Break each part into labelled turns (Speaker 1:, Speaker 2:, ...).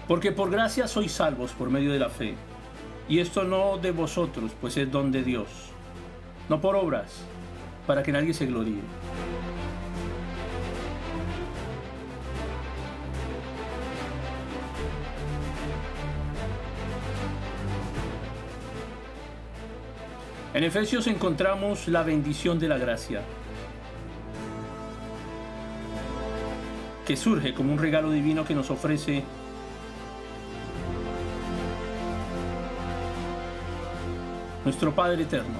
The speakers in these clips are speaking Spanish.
Speaker 1: Porque por gracia sois salvos por medio de la fe, y esto no de vosotros, pues es don de Dios, no por obras, para que nadie se gloríe. En Efesios encontramos la bendición de la gracia, que surge como un regalo divino que nos ofrece nuestro Padre Eterno.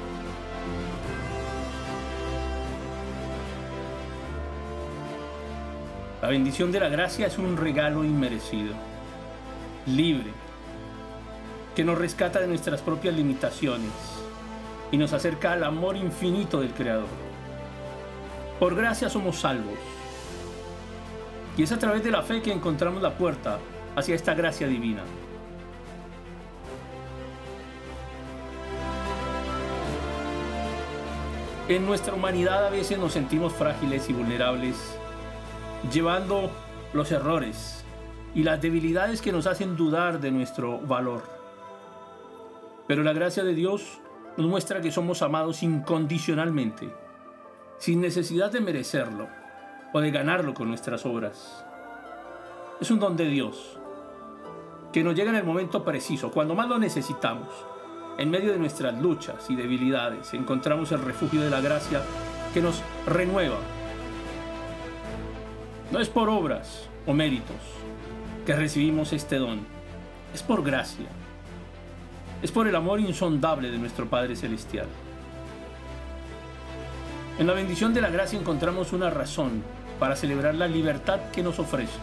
Speaker 1: La bendición de la gracia es un regalo inmerecido, libre, que nos rescata de nuestras propias limitaciones y nos acerca al amor infinito del Creador. Por gracia somos salvos, y es a través de la fe que encontramos la puerta hacia esta gracia divina. En nuestra humanidad a veces nos sentimos frágiles y vulnerables, llevando los errores y las debilidades que nos hacen dudar de nuestro valor. Pero la gracia de Dios nos muestra que somos amados incondicionalmente, sin necesidad de merecerlo o de ganarlo con nuestras obras. Es un don de Dios que nos llega en el momento preciso, cuando más lo necesitamos. En medio de nuestras luchas y debilidades encontramos el refugio de la gracia que nos renueva. No es por obras o méritos que recibimos este don, es por gracia. Es por el amor insondable de nuestro Padre Celestial. En la bendición de la gracia encontramos una razón para celebrar la libertad que nos ofrece.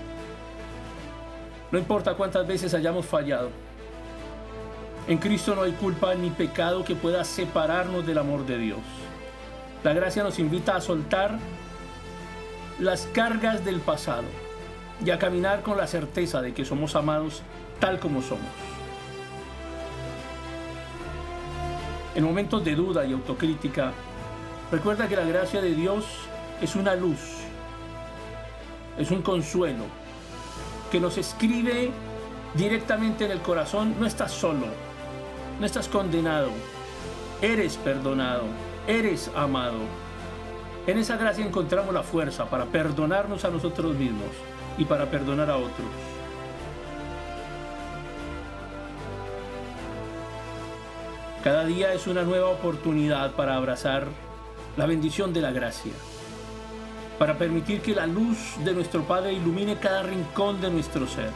Speaker 1: No importa cuántas veces hayamos fallado, en Cristo no hay culpa ni pecado que pueda separarnos del amor de Dios. La gracia nos invita a soltar las cargas del pasado y a caminar con la certeza de que somos amados tal como somos. En momentos de duda y autocrítica, recuerda que la gracia de Dios es una luz, es un consuelo que nos escribe directamente en el corazón: no estás solo, no estás condenado, eres perdonado, eres amado. En esa gracia encontramos la fuerza para perdonarnos a nosotros mismos y para perdonar a otros. Cada día es una nueva oportunidad para abrazar la bendición de la gracia, para permitir que la luz de nuestro Padre ilumine cada rincón de nuestro ser.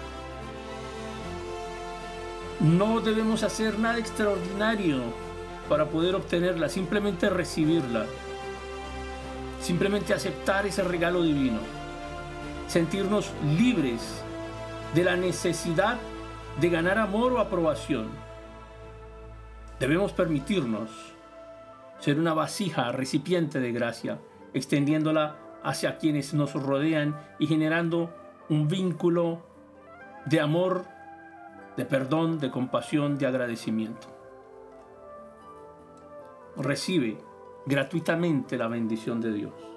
Speaker 1: No debemos hacer nada extraordinario para poder obtenerla, simplemente recibirla, simplemente aceptar ese regalo divino, sentirnos libres de la necesidad de ganar amor o aprobación. Debemos permitirnos ser una vasija, recipiente de gracia, extendiéndola hacia quienes nos rodean y generando un vínculo de amor, de perdón, de compasión, de agradecimiento. Recibe gratuitamente la bendición de Dios.